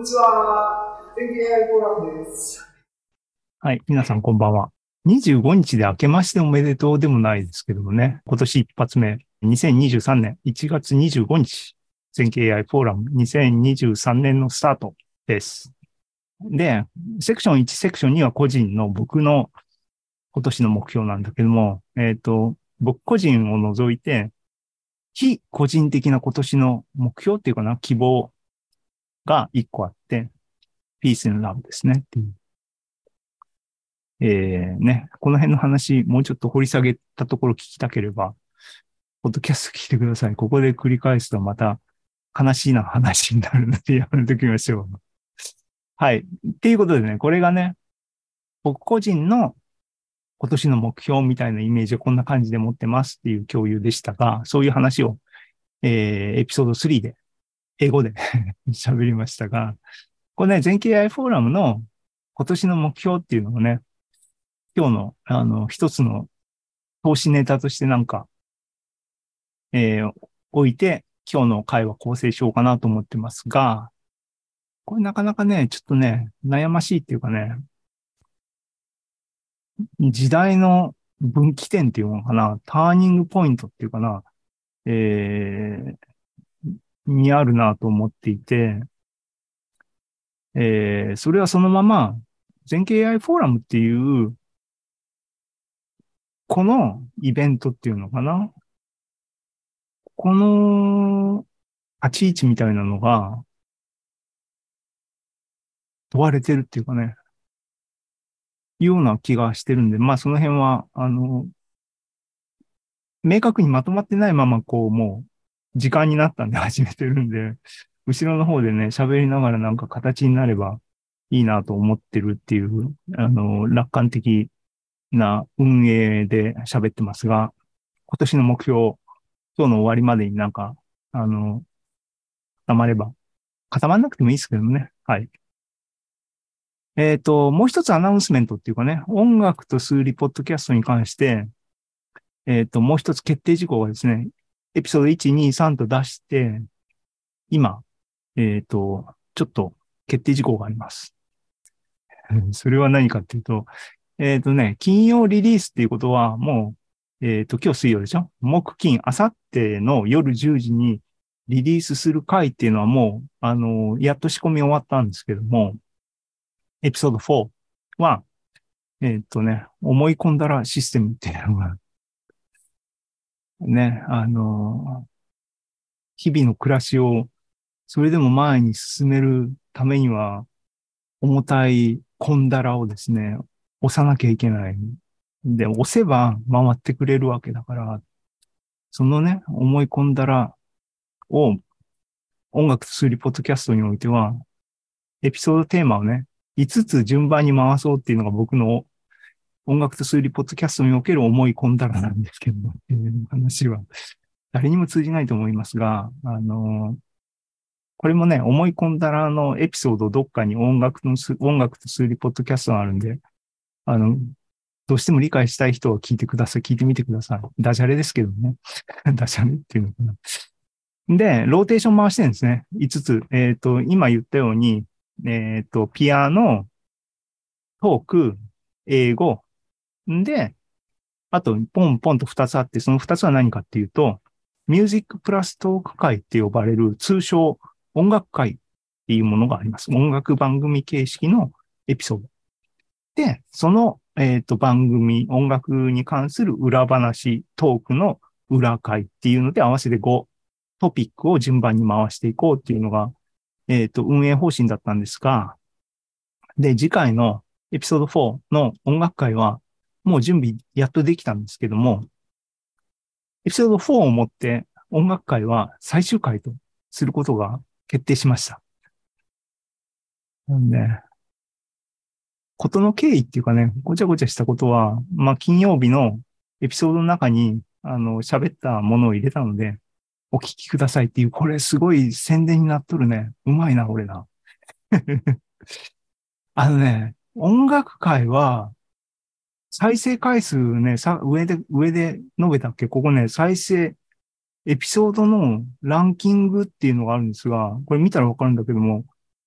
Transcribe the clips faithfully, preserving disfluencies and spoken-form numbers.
にちは。天気 エーアイ フォーラムです。 はい。皆さんこんばんは。にじゅうごにちで明けましておめでとうでもないですけどもね。今年一発目、にせんにじゅうさんねんいちがつにじゅうごにち、全景 エーアイ フォーラムにせんにじゅうさんねんのスタートです。で、セクションいち、セクションには個人の僕の今年の目標なんだけども、えっと、僕個人を除いて、非個人的な今年の目標っていうかな、希望がいっこあって、ピース and Love ですねっていう。えー、ね、この辺の話、もうちょっと掘り下げたところ聞きたければ、ポッドキャスト聞いてください。ここで繰り返すとまた悲しいな話になるのでやめときましょう。はい。っていうことでね、これがね、僕個人の今年の目標みたいなイメージをこんな感じで持ってますっていう共有でしたが、そういう話を、えー、エピソードスリーで、英語で喋りましたが、これね、全景 エーアイ フォーラムの今年の目標っていうのをね、今日の、あの、一つの投資ネタとしてなんか、えー、置いて、今日の会話構成しようかなと思ってますが、これなかなかね、ちょっとね、悩ましいっていうかね、時代の分岐点っていうのかな、ターニングポイントっていうかな、えー、にあるなと思っていて、えー、それはそのまま、全景 エーアイ フォーラムっていう、このイベントっていうのかな、この立ち位置みたいなのが問われてるっていうかね、いうような気がしてるんで、まあその辺は、あの、明確にまとまってないまま、こう、もう、時間になったんで始めてるんで、後ろの方でね、喋りながらなんか形になればいいなと思ってるっていう、あの、楽観的な運営で喋ってますが、今年の目標、今日の終わりまでになんか、あの、固まれば、固まんなくてもいいですけどね。はい。えっと、もう一つアナウンスメントっていうかね、音楽と数理ポッドキャストに関して、えっと、もう一つ決定事項がですね、エピソードいち、に、さんと出して、今、えっと、ちょっと決定事項があります。それは何かっていうと、えっとね、金曜リリースっていうことは、もう、えっと、今日水曜でしょ木金、あさっての夜じゅうじにリリースする回っていうのはもう、あの、やっと仕込み終わったんですけども、エピソードフォーは、えっとね、思い込んだらシステムっていうのが、ね、あの、日々の暮らしをそれでも前に進めるためには、重たいコンダラをですね、押さなきゃいけない。で、押せば回ってくれるわけだから、そのね、思い込んだらを音楽と数理ポッドキャストにおいては、エピソードテーマをね、いつつ順番に回そうっていうのが僕の音楽と数理ポッドキャストにおける思い込んだらなんですけども、っていう話は誰にも通じないと思いますが、あの、これもね、思い込んだらのエピソードどっかに音楽のす、音楽と数理ポッドキャストがあるんで、あの、どうしても理解したい人は聞いてください。聞いてみてください。ダジャレですけどね。ダジャレっていうのかな。で、ローテーション回してるんですね。いつつ。えっと、今言ったように、えっと、ピアノ、トーク、英語。んで、あと、ポンポンとふたつあって、そのふたつは何かっていうと、ミュージックプラストーク会って呼ばれる通称音楽会っていうものがあります。音楽番組形式のエピソード。で、その、えっと、番組、音楽に関する裏話、トークの裏会っていうので合わせてごトピックを順番に回していこうっていうのが、えっと、運営方針だったんですが、で、次回のエピソードフォーの音楽会は、もう準備やっとできたんですけども、エピソードフォーをもって音楽会は最終回とすることが決定しました。なんで、ことの経緯っていうかね、ごちゃごちゃしたことは、まあ、金曜日のエピソードの中に、あの、喋ったものを入れたので、お聞きくださいっていう、これすごい宣伝になっとるね。うまいな、俺な。あのね、音楽界は、再生回数ね、さ、上で、上で述べたっけここね、再生、エピソードのランキングっていうのがあるんですが、これ見たらわかるんだけども、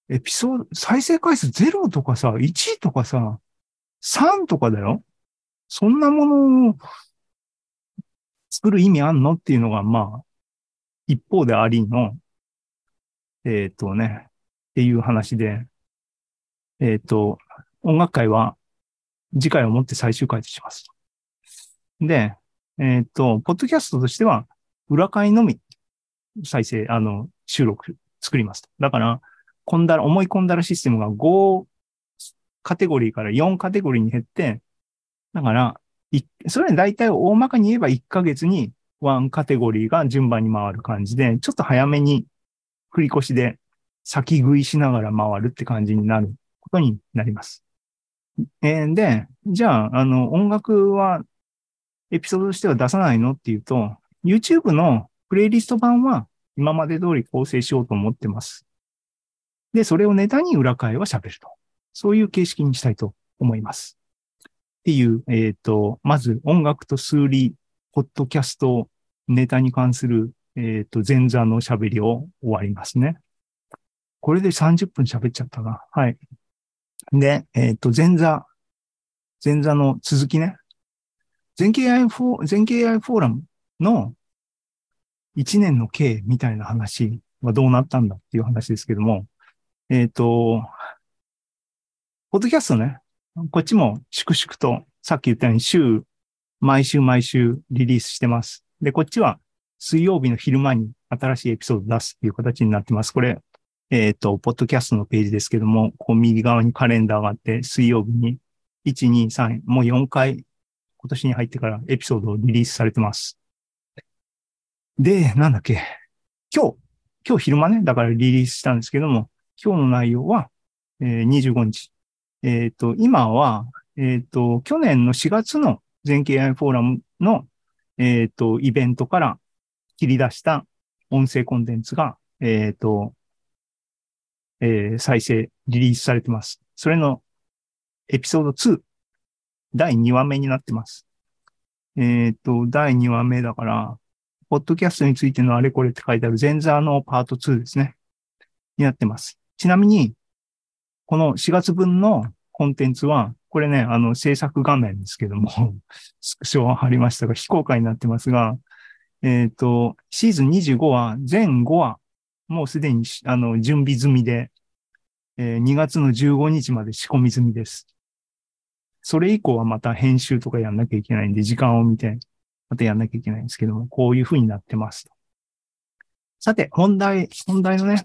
エピソード、再生回数ゼロとかさ、いちとかさ、さんとかだよ。そんなものを作る意味あんのっていうのが、まあ、一方でありの、えっとね、っていう話で、えっと、音楽会は次回をもって最終回とします。で、えっと、ポッドキャストとしては、裏会のみ再生、あの、収録作りますと。だから、こんだら、思い込んだらシステムがごカテゴリーからよんカテゴリーに減って、だから、いそれ大体大まかに言えばいっかげつにいちカテゴリーが順番に回る感じで、ちょっと早めに繰り越しで先食いしながら回るって感じになることになります。えーで、じゃあ、あの、音楽はエピソードとしては出さないのっていうと、YouTube のプレイリスト版は今まで通り構成しようと思ってます。で、それをネタに裏会は喋ると。そういう形式にしたいと思います。っていう、えっと、まず音楽と数理、ポッドキャストネタに関する、えっと、前座の喋りを終わりますね。これでさんじゅっぷん喋っちゃったな。はい。で、えっと、前座、前座の続きね。全景 エーアイ フォー、全景 エーアイ フォーラムのいちねんの経みたいな話はどうなったんだっていう話ですけども、えっと、ポッドキャストね、こっちも粛々と、さっき言ったように週、毎週毎週リリースしてます。で、こっちは水曜日の昼間に新しいエピソード出すっていう形になってます。これ、えっと、ポッドキャストのページですけども、こう右側にカレンダーがあって、水曜日にいち、に、さん、もうよんかい今年に入ってからエピソードをリリースされてます。で、なんだっけ。今日、今日昼間ね、だからリリースしたんですけども、今日の内容は、えー、にじゅうごにち。えっと、今は、えっと、去年のしがつの全経 エーアイ フォーラムの、えっと、イベントから切り出した音声コンテンツが、えっと、えー再生、リリースされてます。それのエピソードに、だいにわめになってます。えっと、だいにわめだから、ポッドキャストについてのあれこれって書いてある前座のパートにですね。になってます。ちなみに、このしがつぶんのコンテンツは、これね、あの、制作画面ですけども、スクショを貼りましたが、非公開になってますが、えっと、シーズンにじゅうごは、全ごわ、もうすでに、あの、準備済みで、えーにがつのじゅうごにちまで仕込み済みです。それ以降はまた編集とかやんなきゃいけないんで、時間を見て、またやんなきゃいけないんですけども、こういう風になってます。さて、本題、本題のね、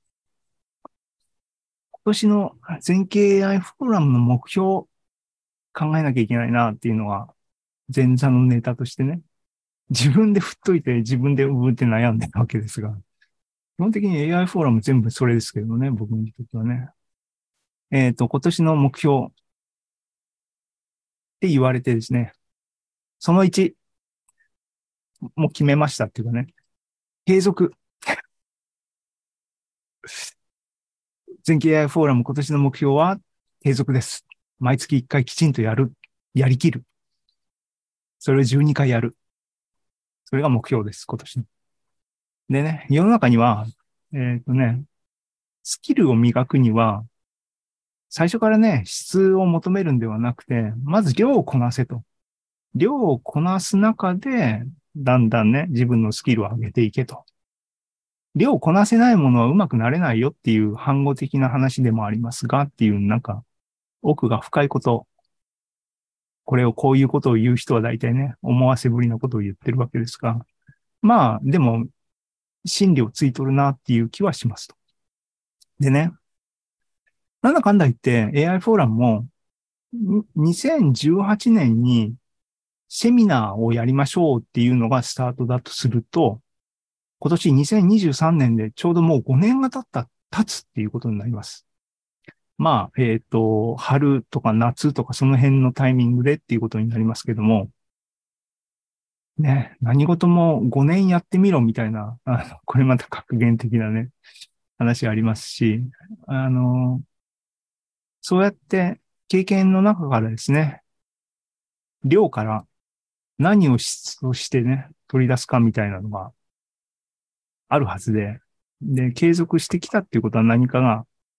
今年の全景 エーアイ フォーラムの目標を考えなきゃいけないなっていうのが前座のネタとしてね、自分で振っといて自分でうぶって悩んでるわけですが、基本的に エーアイ フォーラム全部それですけどね、僕にとってはね。えっと、今年の目標って言われてですね、そのいち、もう決めましたっていうかね、継続。全景 エーアイ フォーラム今年の目標は継続です。毎月いっかいきちんとやる。やりきる。それをじゅうにかいやる。それが目標です、今年の。でね、世の中には、えっとね、スキルを磨くには、最初からね、質を求めるんではなくて、まず量をこなせと。量をこなす中で、だんだんね、自分のスキルを上げていけと。量をこなせないものは上手くなれないよっていう反語的な話でもありますが、っていう、なんか、奥が深いこと、これをこういうことを言う人は大体ね、思わせぶりなことを言ってるわけですが、まあ、でも、真理をついとるなっていう気はしますと。でね、なんだかんだ言って エーアイ フォーラムもにせんじゅうはちねんにセミナーをやりましょうっていうのがスタートだとすると、今年にせんにじゅうさんねんでちょうどもうごねんが経った、経つっていうことになります。まあ、えっと、春とか夏とかその辺のタイミングでっていうことになりますけども、ね、何事もごねんやってみろみたいな、あの、これまた格言的なね、話ありますし、あの、そうやって経験の中からですね、量から何を質としてね、取り出すかみたいなのがあるはずで、で、継続してきたっていうことは何かが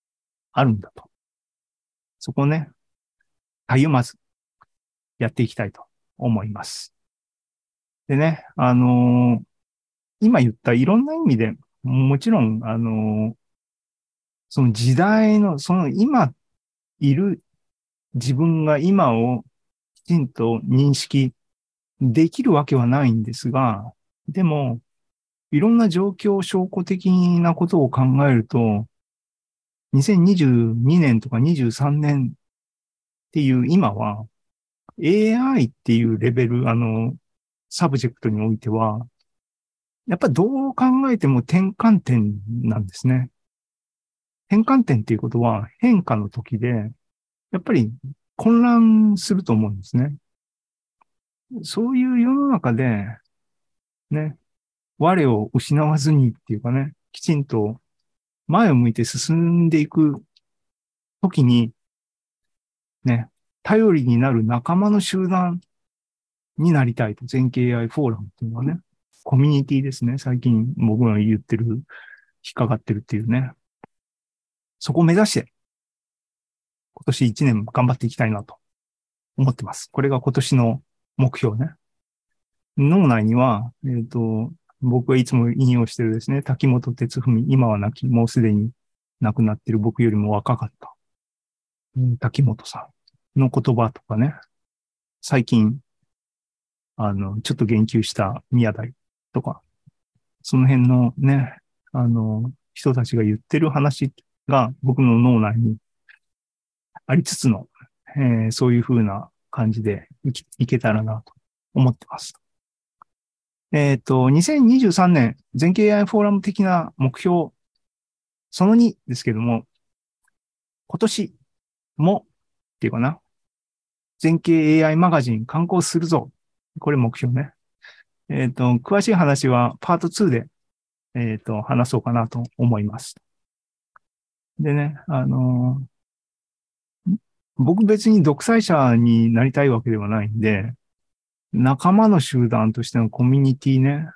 あるんだと。そこをね、たゆまずやっていきたいと思います。でね、あのー今言ったいろんな意味で、もちろん、あのーその時代の、その今いる自分が今をきちんと認識できるわけはないんですが、でも、いろんな状況証拠的なことを考えると、にせんにじゅうにねんとかにじゅうさんねんっていう今は、エーアイ っていうレベル、あの、サブジェクトにおいては、やっぱどう考えても転換点なんですね。転換点っていうことは変化の時で、やっぱり混乱すると思うんですね。そういう世の中で、ね、我を失わずにっていうかね、きちんと前を向いて進んでいく時に、ね、頼りになる仲間の集団になりたいと。全景 エーアイ フォーラムっていうのはね、コミュニティですね。最近僕が言ってる、引っかかってるっていうね。そこを目指して、今年いちねん頑張っていきたいなと思ってます。これが今年の目標ね。脳内には、えっと、僕がいつも引用してるですね、滝本哲文、今は亡き、もうすでに亡くなってる僕よりも若かった、うん、滝本さんの言葉とかね、最近、あの、ちょっと言及した宮台とか、その辺のね、あの、人たちが言ってる話が僕の脳内にありつつの、えーそういう風な感じでいきいけたらなと思ってます。えっと、にせんにじゅうさんねん、全景 エーアイ フォーラム的な目標、そのにですけども、今年も、っていうかな、全景 エーアイ マガジン刊行するぞ。これ目標ね。えっと、詳しい話はパートツーで、えっと、話そうかなと思います。でね、あの僕別に独裁者になりたいわけではないんで、仲間の集団としてのコミュニティね、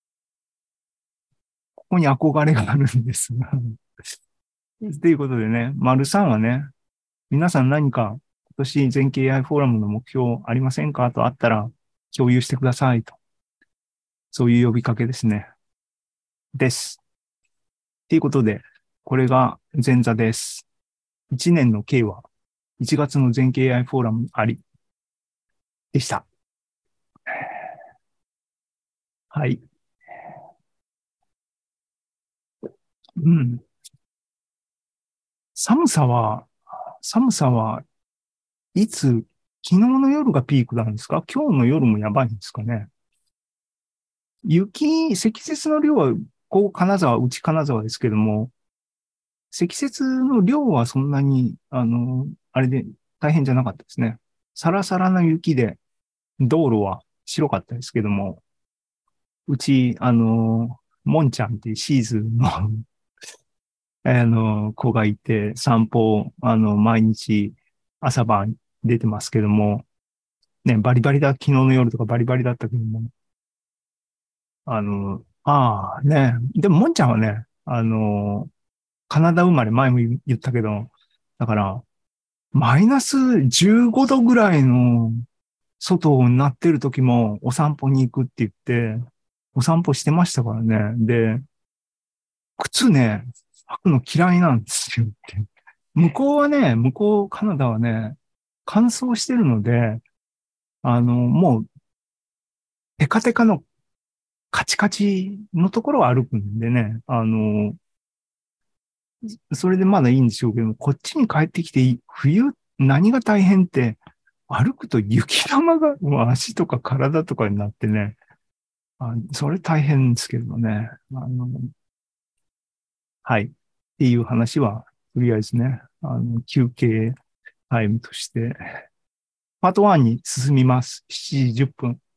ここに憧れがあるんですが。ということでね、丸さんはね、皆さん何か今年全景 エーアイ フォーラムの目標ありませんかとあったら共有してくださいと。そういう呼びかけですね。です。ということで、これが前座です。いちねんの計はいちがつの全景 エーアイ フォーラムありでした。はい。うん。寒さは、寒さはいつ、昨日の夜がピークなんですか？今日の夜もやばいんですかね？雪、積雪の量は、こう金沢、うち金沢ですけども、積雪の量はそんなに、あの、あれで大変じゃなかったですね。サラサラな雪で道路は白かったですけども、うち、あの、もんちゃんっていうシーズンのあの、子がいて、散歩、あの、毎日朝晩出てますけども、ね、バリバリだ、昨日の夜とかバリバリだったけども、あの、ああ、ね、でももんちゃんはね、あの、カナダ生まれ、前も言ったけど、だから、マイナスじゅうごどぐらいの外になってる時もお散歩に行くって言って、お散歩してましたからね。で、靴ね、履くの嫌いなんですよ。向こうはね、向こう、カナダはね、乾燥してるので、あの、もう、テカテカのカチカチのところを歩くんでね、あの、それでまだいいんでしょうけど、こっちに帰ってきて、冬、何が大変って、歩くと雪玉がもう足とか体とかになってね、あ、それ大変ですけどね。あの、はい。っていう話は、とりあえずね、あの、休憩タイムとして、パートワンに進みます。しちじじゅっぷん。